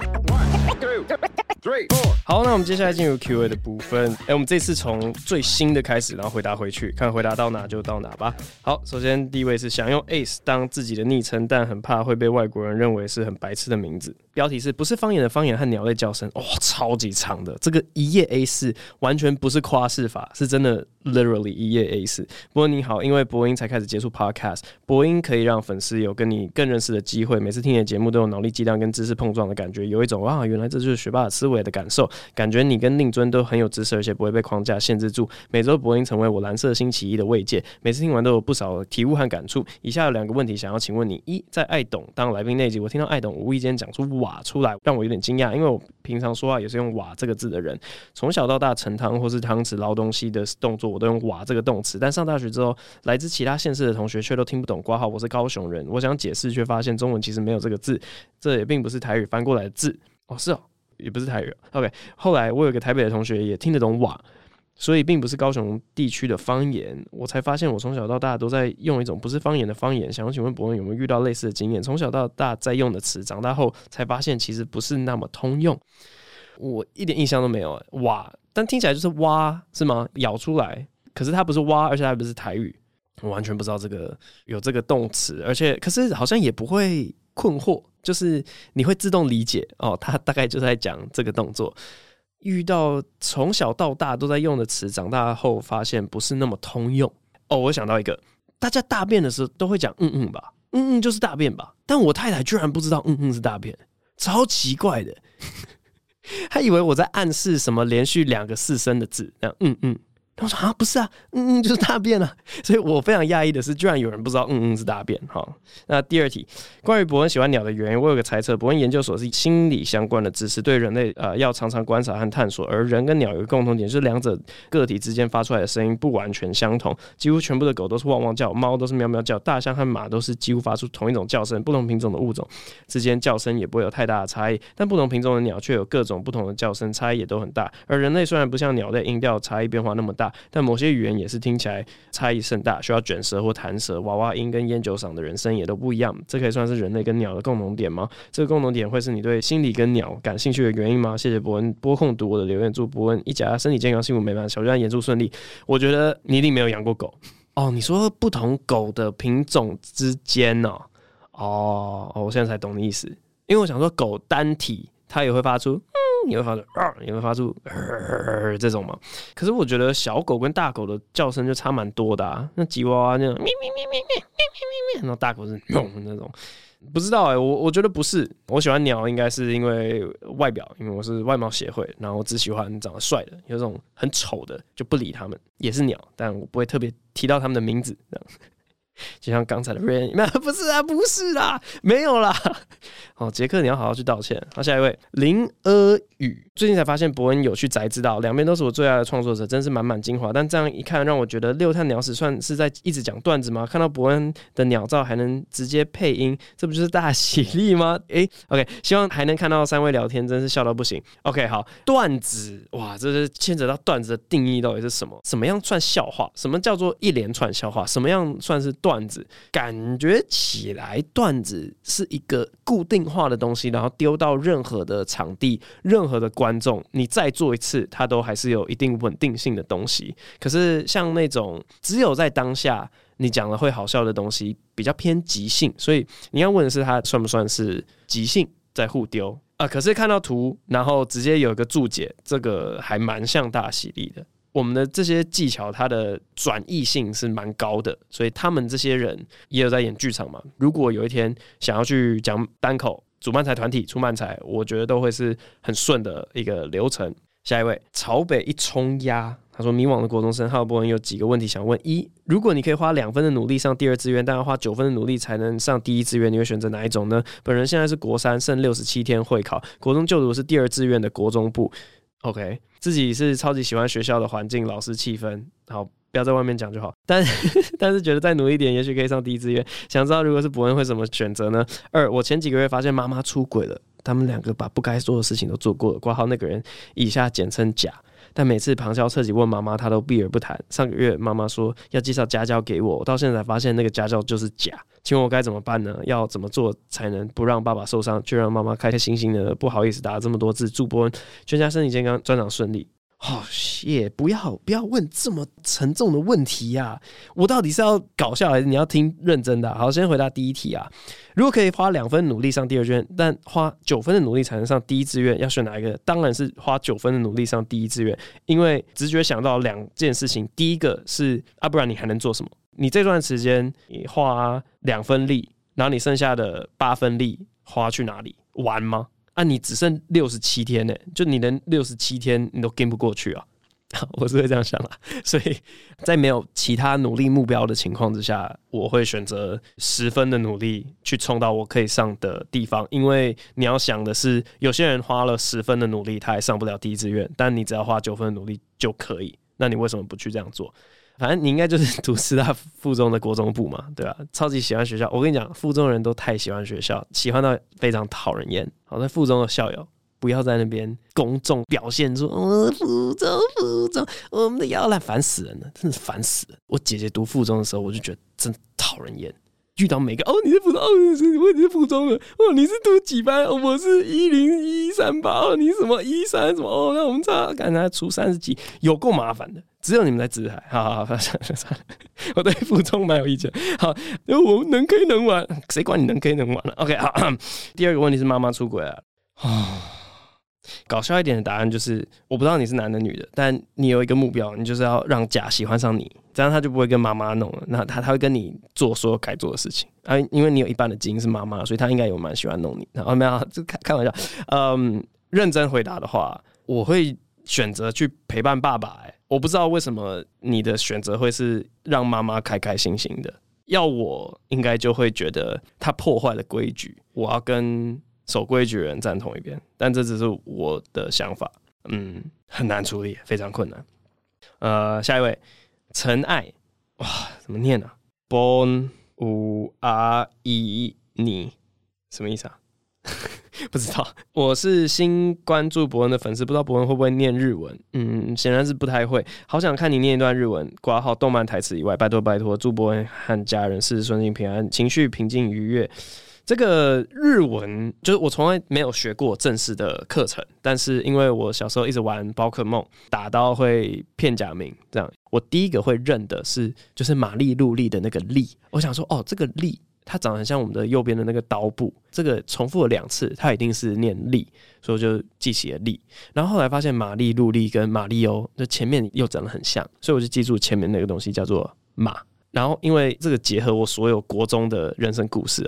好，那我们接下来进入 Q A 的部分。哎、欸，我们这次从最新的开始，然后回答回去，看回答到哪就到哪吧。好，首先第一位是想用 Ace 当自己的昵称，但很怕会被外国人认为是很白痴的名字。标题是不是方言的方言和鸟类叫声？哦，超级长的，这个一页 A 四 完全不是夸饰法，是真的 literally 一页 A 四。不过你好，因为播音才开始接触 podcast， 播音可以让粉丝有跟你更认识的机会。每次听你的节目都有脑力激荡跟知识碰撞的感觉，有一种哇，原来这就是学霸的思维的感受。感觉你跟令尊都很有知识，而且不会被框架限制住。每周播音成为我蓝色星期一的慰藉，每次听完都有不少体悟和感触。以下有两个问题想要请问你：一，在爱董当来宾那集，我听到爱董无意间讲出瓦出来，让我有点惊讶，因为我平常说话也是用瓦这个字的人，从小到大盛汤或是汤匙捞东西的动作我都用瓦这个动词，但上大学之后，来自其他县市的同学却都听不懂括号我是高雄人，我想解释却发现中文其实没有这个字，这也并不是台语翻过来的字。哦，是哦，也不是台语。OK， 后来我有个台北的同学也听得懂瓦，所以并不是高雄地区的方言。我才发现我从小到大都在用一种不是方言的方言。想要请问伯恩有没有遇到类似的经验？从小到大在用的词，长大后才发现其实不是那么通用。我一点印象都没有。瓦，但听起来就是挖，是吗？咬出来，可是它不是挖，而且它不是台语。我完全不知道这个有这个动词，而且可是好像也不会困惑，就是你会自动理解哦，他大概就在讲这个动作。遇到从小到大都在用的词，长大后发现不是那么通用。哦，我想到一个，大家大便的时候都会讲嗯嗯吧，嗯嗯就是大便吧，但我太太居然不知道嗯嗯是大便，超奇怪的。她以为我在暗示什么连续两个四声的字，这样嗯嗯。我说啊，不是啊，嗯嗯就是大便啊，所以我非常讶异的是，居然有人不知道嗯嗯是大便。好，那第二题，关于伯恩喜欢鸟的原因，我有个猜测，伯恩研究所是心理相关的知识，对人类呃要常常观察和探索，而人跟鸟有一个共同点，就是两者个体之间发出来的声音不完全相同，几乎全部的狗都是汪汪叫，猫都是喵喵叫，大象和马都是几乎发出同一种叫声，不同品种的物种之间叫声也不会有太大的差异，但不同品种的鸟却有各种不同的叫声，差异也都很大。而人类虽然不像鸟类音调差异变化那么大，但某些语言也是听起来差异甚大，需要卷舌或弹舌，娃娃音跟烟酒嗓的人声也都不一样，这可以算是人类跟鸟的共同点吗？这个共同点会是你对心理跟鸟感兴趣的原因吗？谢谢伯恩拨空读我的留言，祝伯恩一家身体健康幸福美满，小巨蛋演出顺利。我觉得你一定没有养过狗哦，你说不同狗的品种之间哦，哦，我现在才懂你意思，因为我想说狗单体它也会发出你会发出、呃、你会发出、呃、这种嘛？可是我觉得小狗跟大狗的叫声就差蛮多的啊。那吉娃娃那种咩咩咩咩咩咩咩咩，然后大狗是那种不知道哎、欸，我我觉得不是，我喜欢鸟应该是因为外表，因为我是外貌协会，然后我只喜欢长得帅的，有种很丑的就不理他们，也是鸟，但我不会特别提到他们的名字，这样。就像刚才的 Rain， 不是啊，不是啦，没有啦。哦，杰克，你要好好去道歉。好，下一位林阿宇，最近才发现伯恩有去宅知道，两边都是我最爱的创作者，真是满满精华。但这样一看，让我觉得六探鸟史算是在一直讲段子吗？看到伯恩的鸟照还能直接配音，这不就是大喜利吗？哎 ，OK， 希望还能看到三位聊天，真是笑到不行。OK， 好，段子，哇，这是牵扯到段子的定义到底是什么？什么样算笑话？什么叫做一连串笑话？什么样算是段子？感觉起来段子是一个固定化的东西，然后丢到任何的场地、任何的观众，你再做一次，它都还是有一定稳定性的东西。可是像那种只有在当下你讲了会好笑的东西，比较偏即兴，所以你要问的是它算不算是即兴在互丢啊？可是看到图，然后直接有一个注解，这个还蛮像大喜利的。我们的这些技巧，它的转译性是蛮高的，所以他们这些人也有在演剧场嘛。如果有一天想要去讲单口、主漫才团体出漫才，我觉得都会是很顺的一个流程。下一位，朝北一冲鸭，他说：迷惘的国中生浩博文有几个问题想问：一，如果你可以花两分的努力上第二志愿，但要花九分的努力才能上第一志愿，你会选择哪一种呢？本人现在是国三，剩六十七天会考，国中就读是第二志愿的国中部。OK， 自己是超级喜欢学校的环境、老师、气氛，好，不要在外面讲就好。但但是觉得再努力一点，也许可以上第一志愿。想知道如果是伯恩会怎么选择呢？二，我前几个月发现妈妈出轨了，他们两个把不该做的事情都做过了。括号那个人以下简称甲，但每次旁敲侧击问妈妈，她都避而不谈。上个月妈妈说要介绍家教给我，我到现在才发现那个家教就是甲。请问我该怎么办呢？要怎么做才能不让爸爸受伤，却让妈妈开开心心的？不好意思打了这么多字，祝伯恩全家身体健康，专场顺利。哦，谢，不要不要问这么沉重的问题呀、啊！我到底是要搞笑还是你要听认真的、啊？好，先回答第一题啊。如果可以花两分努力上第二志愿，但花九分的努力才能上第一志愿，要选哪一个？当然是花九分的努力上第一志愿，因为直觉想到两件事情。第一个是啊，不然你还能做什么？你这段时间你花两分力，然后你剩下的八分力花去哪里？玩吗？啊，你只剩六十七天呢，就你连六十七天你都跟不过去啊！我是会这样想啦，所以在没有其他努力目标的情况之下，我会选择十分的努力去冲到我可以上的地方。因为你要想的是，有些人花了十分的努力，他还上不了第一志愿，但你只要花九分的努力就可以。那你为什么不去这样做？反正你应该就是读师大附中的国中部嘛，对吧、啊？超级喜欢学校，我跟你讲，附中人都太喜欢学校，喜欢到非常讨人厌。好，在附中的校友不要在那边公众表现出哦，附中附中，我们的摇篮，烦死人了，真的烦死了。我姐姐读附中的时候，我就觉得真讨人厌。遇到每个哦，你是附中，哦，你是附中的，哦，你是读几班？哦，我是一零一三八，哦，你什么一三什么？哦，那我们差，看他出三十几，有够麻烦的。只有你们在自嗨，好好好，算了算了，我对附中蛮有意见。好，我们能 K 能玩，谁管你能 K 能玩了 ？OK， 好。第二个问题是妈妈出轨了。搞笑一点的答案就是，我不知道你是男的女的，但你有一个目标，你就是要让甲喜欢上你，这样他就不会跟妈妈弄了。那他他会跟你做所有该做的事情啊，因为你有一半的基因是妈妈，所以他应该有蛮喜欢弄你。然后没有，这开开玩笑。嗯，认真回答的话，我会选择去陪伴爸爸、欸。我不知道为什么你的选择会是让妈妈开开心心的，要我应该就会觉得他破坏了规矩，我要跟守规矩的人站同一边，但这只是我的想法，嗯，很难处理，非常困难。呃，下一位陈爱，哇，怎么念啊 ？Bon u a i ni 什么意思啊？不知道，我是新关注伯恩的粉丝，不知道伯恩会不会念日文？嗯，显然是不太会。好想看你念一段日文，括号动漫台词以外，拜托拜托，祝伯恩和家人事事顺心平安，情绪平静愉悦。这个日文就是我从来没有学过正式的课程，但是因为我小时候一直玩宝可梦，打到会片假名，这样我第一个会认的是就是玛丽露丽的那个丽，我想说哦，这个丽它长得很像我们的右边的那个刀部，这个重复了两次，它一定是念丽，所以我就记起了丽。然后后来发现玛丽露丽跟玛丽欧就前面又长得很像，所以我就记住前面那个东西叫做马。然后因为这个结合我所有国中的人生故事，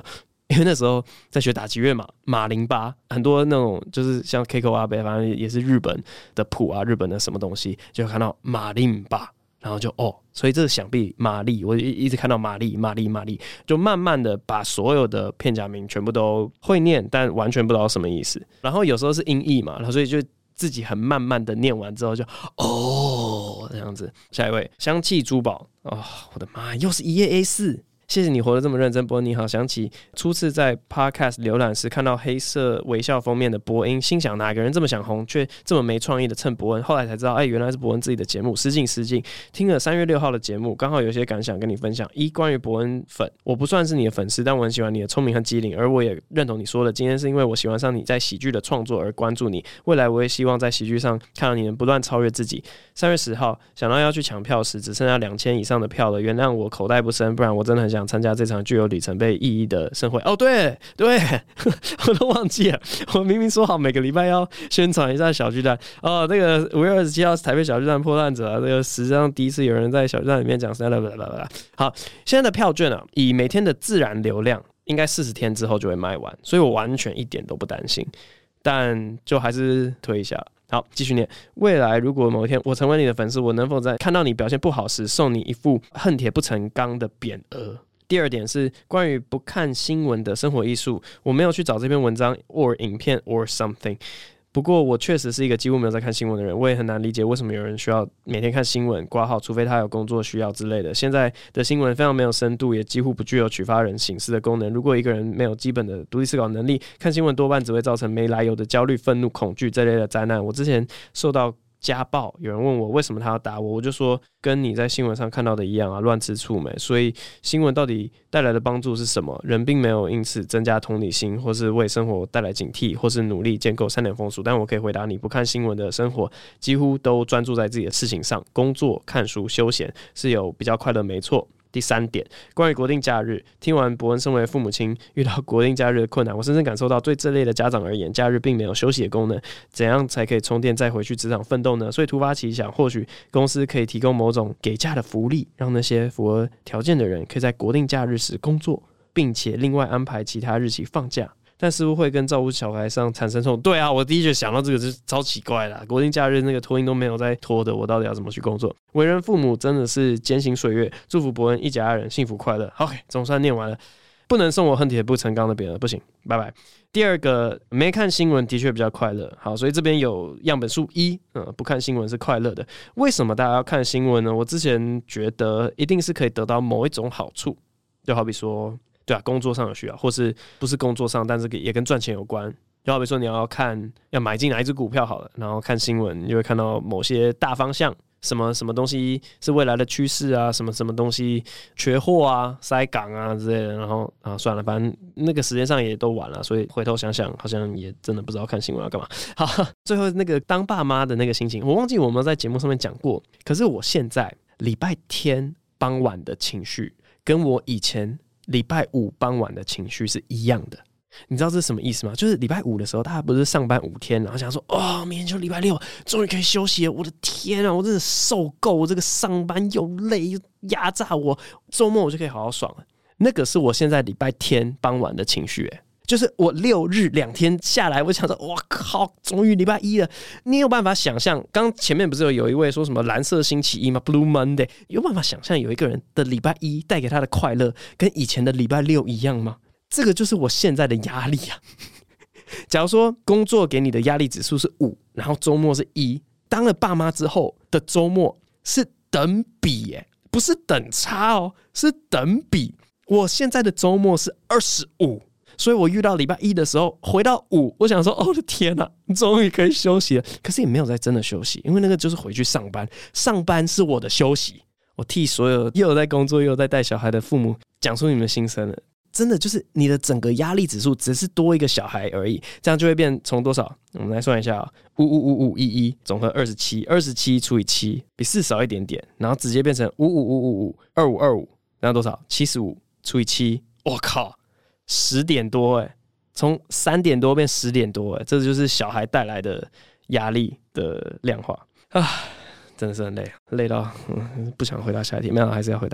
因为那时候在学打击乐嘛，马林巴很多那种就是像 Keiko 阿贝，反正也是日本的谱啊，日本的什么东西，就看到马林巴，然后就哦，所以这个想必玛丽，我一直看到玛丽，玛丽，玛丽，就慢慢的把所有的片假名全部都会念，但完全不知道什么意思。然后有时候是音译嘛，然后所以就自己很慢慢的念完之后就哦这样子。下一位，香气珠宝，哦，我的妈，又是一页 A 四。谢谢你活得这么认真，伯恩你好。想起初次在 Podcast 浏览时看到黑色微笑封面的伯恩，心想哪个人这么想红，却这么没创意的蹭伯恩。后来才知道，哎，原来是伯恩自己的节目。失敬失敬。听了三月六号的节目，刚好有些感想跟你分享。一，关于伯恩粉，我不算是你的粉丝，但我很喜欢你的聪明和机灵，而我也认同你说的，今天是因为我喜欢上你在喜剧的创作而关注你。未来我也希望在喜剧上看到你能不断超越自己。三月十号，想到要去抢票时，只剩下两千以上的票了。原谅我口袋不深，不然我真的很想参加这场具有里程碑意义的盛会。哦，对对，我都忘记了，我明明说好每个礼拜要宣传一下小巨蛋。哦，那个五月二十七号是台北小巨蛋破蛋者啊，这个史上第一次有人在小巨蛋里面讲。好，现在的票券啊，以每天的自然流量，应该四十天之后就会卖完，所以我完全一点都不担心。但就还是推一下。好，继续念。未来如果某一天我成为你的粉丝，我能否在看到你表现不好时送你一副恨铁不成钢的匾额？第二点是关于不看新闻的生活艺术，我没有去找这篇文章 or 影片 or something。不过我确实是一个几乎没有在看新闻的人，我也很难理解为什么有人需要每天看新闻挂号，除非他有工作需要之类的。现在的新闻非常没有深度，也几乎不具有启发人省思的功能。如果一个人没有基本的独立思考能力，看新闻多半只会造成没来由的焦虑、愤怒、恐惧这类的灾难。我之前受到家暴，有人问我为什么他要打我，我就说跟你在新闻上看到的一样啊，乱吃醋没。所以新闻到底带来的帮助是什么？人并没有因此增加同理心，或是为生活带来警惕，或是努力建构三点风俗。但我可以回答你，不看新闻的生活几乎都专注在自己的事情上，工作、看书、休闲是有比较快乐，没错。第三点，关于国定假日，听完伯恩身为父母亲遇到国定假日的困难，我深深感受到对这类的家长而言，假日并没有休息的功能，怎样才可以充电再回去职场奋斗呢？所以突发奇想，或许公司可以提供某种给假的福利，让那些符合条件的人可以在国定假日时工作，并且另外安排其他日期放假。但似乎会跟照顾小孩上产生冲突。对啊，我第一觉想到这个就是超奇怪啦，国定假日那个托婴都没有在拖的，我到底要怎么去工作？为人父母真的是艰辛岁月，祝福伯恩一家人幸福快乐。OK， 总算念完了，不能送我恨铁不成钢的匾额，不行，拜拜。第二个，没看新闻的确比较快乐。好，所以这边有样本数一，嗯，不看新闻是快乐的。为什么大家要看新闻呢？我之前觉得一定是可以得到某一种好处，就好比说。对啊，工作上有需要，或是不是工作上，但是也跟赚钱有关。就好比说你要看要买进哪一只股票好了，然后看新闻，你就会看到某些大方向，什么什么东西是未来的趋势啊，什么什么东西缺货啊、塞港啊之类的。然后啊，算了，反正那个时间上也都晚了，所以回头想想，好像也真的不知道看新闻要干嘛。好，最后那个当爸妈的那个心情，我忘记我们在节目上面讲过。可是我现在礼拜天傍晚的情绪，跟我以前礼拜五傍晚的情绪是一样的。你知道这是什么意思吗？就是礼拜五的时候，大家不是上班五天，然后想说，哦，明天就礼拜六，终于可以休息了。我的天啊，我真的受够，我这个上班又累又压榨我，周末我就可以好好爽了。那个是我现在礼拜天傍晚的情绪，欸，就是我六日两天下来，我想说，哇靠，终于礼拜一了。你有办法想象？刚前面不是有有一位说什么蓝色星期一吗 ？Blue Monday， 有办法想象有一个人的礼拜一带给他的快乐，跟以前的礼拜六一样吗？这个就是我现在的压力啊！假如说工作给你的压力指数是五，然后周末是一，当了爸妈之后的周末是等比耶，欸，不是等差哦，是等比。我现在的周末是二十五。所以我遇到礼拜一的时候回到五，我想说，哦，我的天哪，终于可以休息了。可是也没有在真的休息，因为那个就是回去上班，上班是我的休息。我替所有又有在工作又有在带小孩的父母讲出你们的心声了。真的就是你的整个压力指数只是多一个小孩而已，这样就会变从多少？我们来算一下啊，五五五五一一总和二十七，二十七除以七比四少一点点，然后直接变成五五五五五二五二五，然后多少？七十五除以七，我靠！十点多哎，从三点多变十点多哎，这就是小孩带来的压力的量化啊，真的是很累，累到、嗯、不想回答下一题，没有，还是要回答。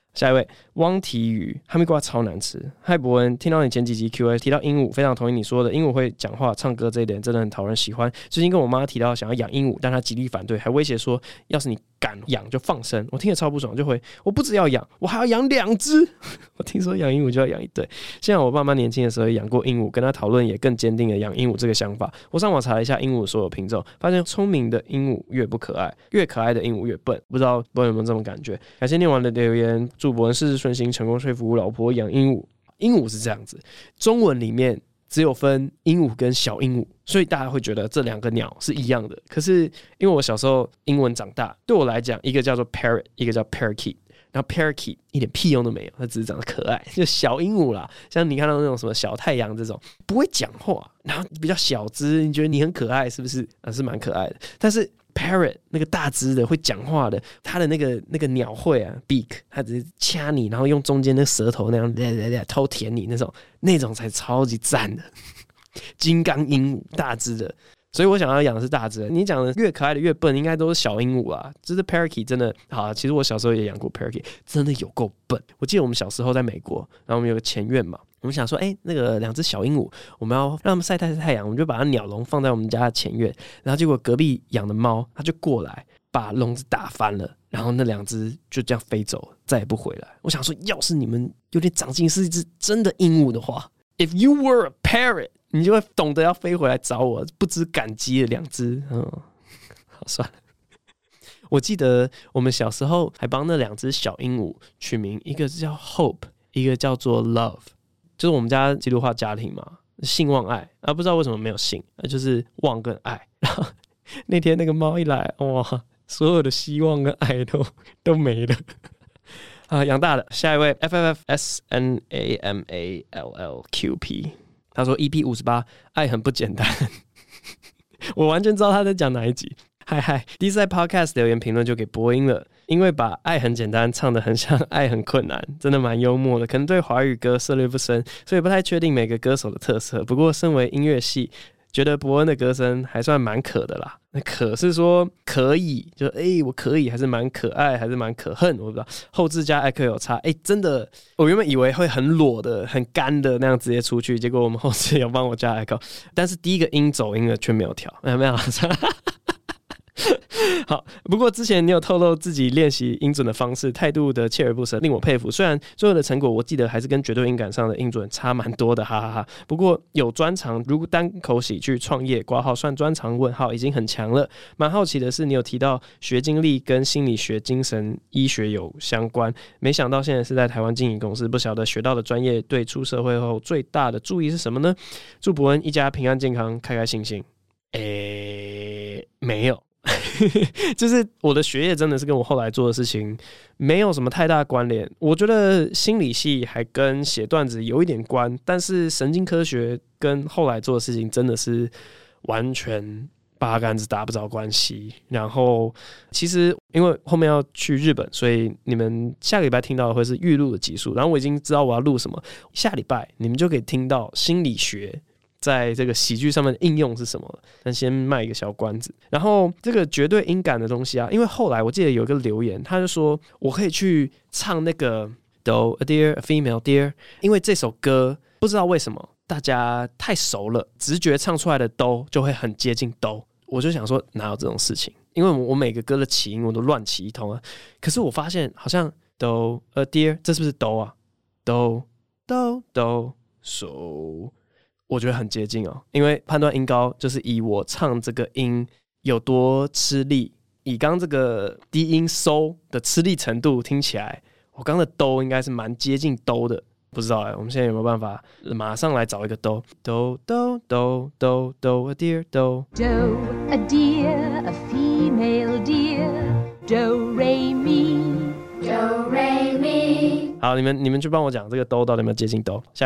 下一位汪提鱼，哈密瓜超难吃。嗨伯恩，听到你前几集 Q A 提到鹦鹉，非常同意你说的，鹦鹉会讲话唱歌这一点真的很讨人喜欢。最近跟我妈提到想要养鹦鹉，但她极力反对，还威胁说要是你敢养就放生。我听得超不爽，就回我不只要养，我还要养两只。我听说养鹦鹉就要养一对。现在我爸妈年轻的时候也养过鹦鹉，跟他讨论也更坚定了养鹦鹉这个想法。我上网查了一下鹦鹉所有品种，发现聪明的鹦鹉越不可爱，越可爱的鹦鹉越笨。不知道伯恩有没有这种感觉？感谢念完的留言，祝伯恩事事顺心，成功说服老婆养鹦鹉。鹦鹉是这样子，中文里面只有分鹦鹉跟小鹦鹉，所以大家会觉得这两个鸟是一样的。可是因为我小时候英文长大，对我来讲，一个叫做 parrot， 一个叫 parakeet。然后 parakeet 一点屁用都没有，它只是长得可爱，就小鹦鹉啦。像你看到那种什么小太阳这种不会讲话，然后比较小只，你觉得你很可爱是不是？啊，是蛮可爱的。但是 parrot 那个大只的会讲话的，它的那个那个鸟喙啊 beak， 它只是掐你，然后用中间那舌头那样偷舔你那种，那种才超级赞的。金刚鹦鹉大只的。所以我想要养的是大只的。你讲的越可爱的越笨，应该都是小鹦鹉啊。就是 parakeet 真的好，其实我小时候也养过 parakeet， 真的有够笨。我记得我们小时候在美国，然后我们有个前院嘛，我们想说，哎、欸，那个两只小鹦鹉，我们要让它们晒太太阳，我们就把它鸟笼放在我们家的前院。然后结果隔壁养的猫，它就过来把笼子打翻了，然后那两只就这样飞走了，再也不回来。我想说，要是你们有点长进，是一只真的鹦鹉的话 ，If you were a parrot。你就会懂得要飞回来找我，不知感激的两只，嗯，好算了。我记得我们小时候还帮那两只小鹦鹉取名，一个叫 Hope， 一个叫做 Love， 就是我们家基督化家庭嘛，信望爱啊，不知道为什么没有信，就是望跟爱。然后那天那个猫一来，哇，所有的希望跟爱都都没了。啊，养大了。下一位 F F F S N A M A L L Q P。他说 E P 五十八 爱很不简单。我完全知道他在讲哪一集。嗨嗨，第一次在 podcast 留言评论就给播音了，因为把爱很简单唱得很像爱很困难，真的蛮幽默的。可能对华语歌涉猎不深，所以不太确定每个歌手的特色。不过身为音乐系，觉得伯恩的歌声还算蛮可的啦。那可是说可以，就哎、欸，我可以，还是蛮可爱，还是蛮可恨，我不知道。后置加艾克有差，哎、欸，真的，我原本以为会很裸的、很干的那样直接出去，结果我们后置有帮我加艾克，但是第一个音走音的却没有调，没有没有。好，不过之前你有透露自己练习音准的方式，态度的锲而不舍，令我佩服。虽然最后的成果，我记得还是跟绝对音感上的音准差蛮多的，哈哈哈。不过有专长，如单口喜剧创业挂号算专长问号，已经很强了。蛮好奇的是，你有提到学经历跟心理学、精神医学有相关，没想到现在是在台湾经营公司，不晓得学到的专业对出社会后最大的注意是什么呢？祝伯恩一家平安健康，开开心心。诶，没有。就是我的学业真的是跟我后来做的事情没有什么太大关联。我觉得心理系还跟写段子有一点关，但是神经科学跟后来做的事情真的是完全八竿子打不着关系。然后其实因为后面要去日本，所以你们下个礼拜听到的会是预录的集数，然后我已经知道我要录什么，下礼拜你们就可以听到心理学在这个喜剧上面的应用是什么了？但先卖一个小关子。然后这个绝对音感的东西啊，因为后来我记得有一个留言，他就说我可以去唱那个 Do a deer a female deer， 因为这首歌不知道为什么大家太熟了，直觉唱出来的 Do 就会很接近 Do。我就想说哪有这种事情？因为我每个歌的起音我都乱起一通啊。可是我发现好像 Do a deer， 这是不是 Do 啊 ？Do Do Do So。我觉得很接近哦，因为判断音高就是以我唱这个音有多吃力，以刚这个低音收的吃力程度听起来，我刚的哆应该是蛮接近哆的，不知道哎，我们现在有没有办法马上来找一个哆？哆哆哆哆哆 a deer 哆。Do a deer a female deer do re mi do re mi。好，你们你们去帮我讲这个哆到底有没有接近哆？下一位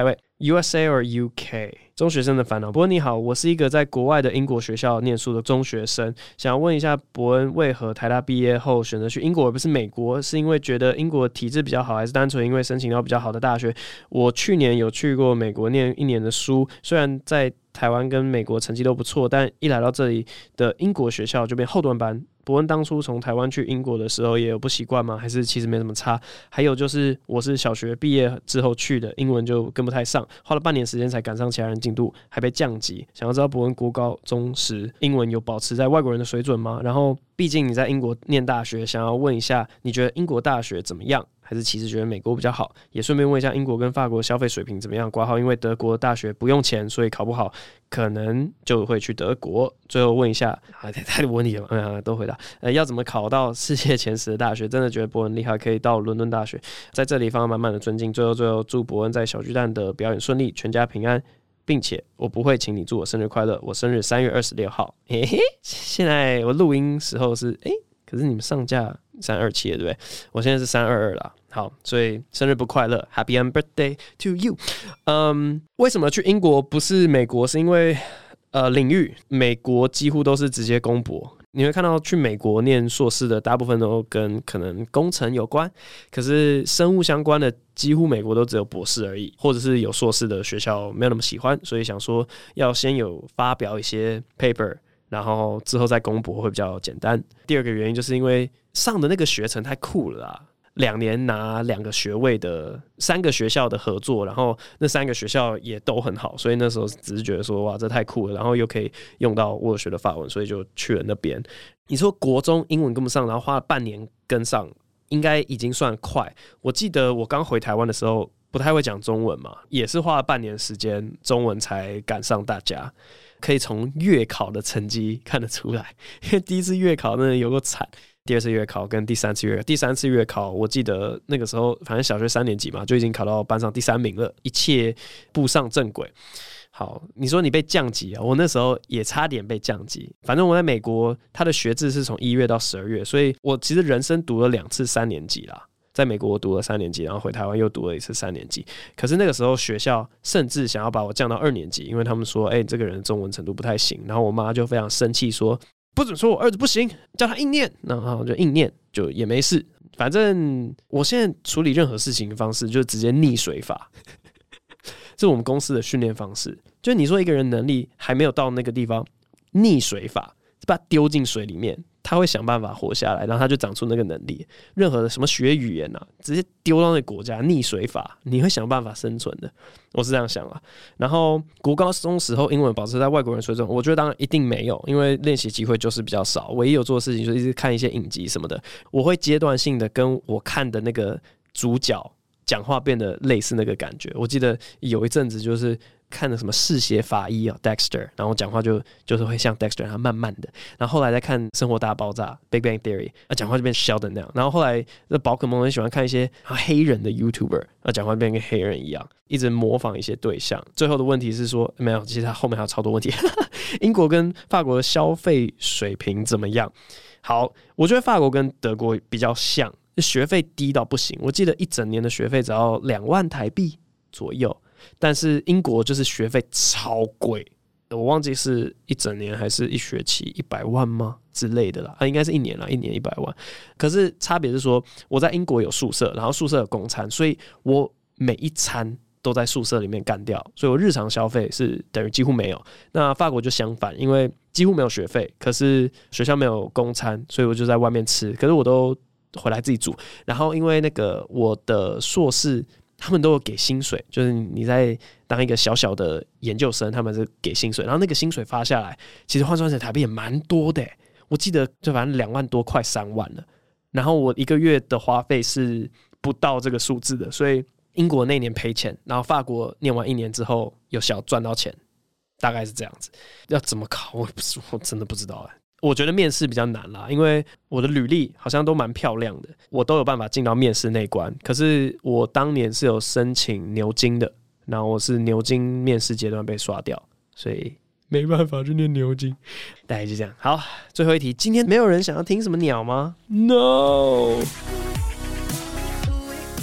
U S A or U K？ 中学生的烦恼。伯恩你好，我是一个在国外的英国学校念书的中学生，想要问一下伯恩，为何台大毕业后选择去英国而不是美国？是因为觉得英国体制比较好，还是单纯因为申请到比较好的大学？我去年有去过美国念一年的书，虽然在台湾跟美国成绩都不错，但一来到这里的英国学校就变后段班。伯恩当初从台湾去英国的时候也有不习惯吗？还是其实没什么差？还有就是我是小学毕业之后去的，英文就跟不太上，花了半年时间才赶上其他人进度，还被降级。想要知道伯恩国高中时英文有保持在外国人的水准吗？然后毕竟你在英国念大学，想要问一下你觉得英国大学怎么样？还是其实觉得美国比较好？也顺便问一下英国跟法国消费水平怎么样？挂号因为德国大学不用钱，所以考不好可能就会去德国。最后问一下，啊、太多问题了、嗯，都回答。呃，要怎么考到世界前十的大学？真的觉得伯恩厉害，可以到伦敦大学，在这里放满满的尊敬。最后最后祝伯恩在小巨蛋的表演顺利，全家平安。并且我不会请你祝我生日快乐，我生日三月二十六号。嘿嘿，现在我录音时候是哎。可是你们上架三二七了，对不对？我现在是三二二啦。好，所以生日不快乐 ，Happy Birthday to you。嗯，为什么去英国不是美国？是因为呃领域，美国几乎都是直接公博。你会看到去美国念硕士的，大部分都跟可能工程有关，可是生物相关的几乎美国都只有博士而已，或者是有硕士的学校没有那么喜欢，所以想说要先有发表一些 paper。然后之后再公博会比较简单。第二个原因就是因为上的那个学程太酷了啦，两年拿两个学位的三个学校的合作，然后那三个学校也都很好，所以那时候只是觉得说哇这太酷了，然后又可以用到我有学的法文，所以就去了那边。你说国中英文跟不上，然后花了半年跟上，应该已经算快。我记得我刚回台湾的时候不太会讲中文嘛，也是花了半年时间中文才赶上大家。可以从月考的成绩看得出来，因为第一次月考真的有够惨，第二次月考跟第三次月考，第三次月考我记得那个时候反正小学三年级嘛，就已经考到班上第三名了，一切步上正轨。好，你说你被降级啊？我那时候也差点被降级。反正我在美国，他的学制是从一月到十二月，所以我其实人生读了两次三年级啦。在美国我读了三年级，然后回台湾又读了一次三年级。可是那个时候学校甚至想要把我降到二年级，因为他们说，哎、欸，这个人中文程度不太行。然后我妈就非常生气说，不准说我儿子不行，叫他硬念。然后我就硬念，就也没事。反正我现在处理任何事情的方式就是直接溺水法，这是我们公司的训练方式。就是你说一个人能力还没有到那个地方，溺水法，把他丢进水里面。他会想办法活下来，然后他就长出那个能力。任何的什么学语言啊，直接丢到那个国家，溺水法，你会想办法生存的。我是这样想啊。然后国高中时候英文保持在外国人水准，我觉得当然一定没有，因为练习机会就是比较少。唯一有做的事情就是一直看一些影集什么的。我会阶段性的跟我看的那个主角讲话变得类似那个感觉。我记得有一阵子就是看的什么嗜血法医啊 Dexter， 然后讲话就就是会像 Dexter 他慢慢的，然后后来再看生活大爆炸 Big Bang Theory， 啊讲话就变 Sheldon 那样，然后后来那宝可梦很喜欢看一些黑人的 YouTuber， 啊讲话变跟黑人一样，一直模仿一些对象。最后的问题是说没有，其实他后面还有超多问题。英国跟法国的消费水平怎么样？好，我觉得法国跟德国比较像，学费低到不行，我记得一整年的学费只要两万台币左右。但是英国就是学费超贵，我忘记是一整年还是一学期一百万吗之类的啦，啊，应该是一年啦，一年一百万。可是差别是说，我在英国有宿舍，然后宿舍有公餐，所以我每一餐都在宿舍里面干掉，所以我日常消费是等于几乎没有。那法国就相反，因为几乎没有学费，可是学校没有公餐，所以我就在外面吃，可是我都回来自己煮。然后因为那个我的硕士。他们都有给薪水，就是你在当一个小小的研究生，他们是给薪水，然后那个薪水发下来，其实换算成台币也蛮多的，我记得就反正两万多，快三万了。然后我一个月的花费是不到这个数字的，所以英国那年赔钱，然后法国念完一年之后有小赚到钱，大概是这样子。要怎么考，我也不是，我真的不知道哎。我觉得面试比较难啦，因为我的履历好像都蛮漂亮的，我都有办法进到面试那关。可是我当年是有申请牛津的，然后我是牛津面试阶段被刷掉，所以没办法去念牛津。大概就这样。好，最后一题，今天没有人想要听什么鸟吗 ？No。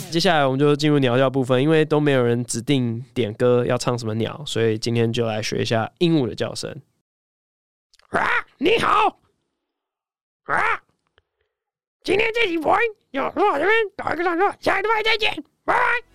接下来我们就进入鸟叫部分，因为都没有人指定点歌要唱什么鸟，所以今天就来学一下鹦鹉的叫声。啊，你好！啊，今天这集播音就录到这边，搞一个段落，下一礼拜再见，拜拜。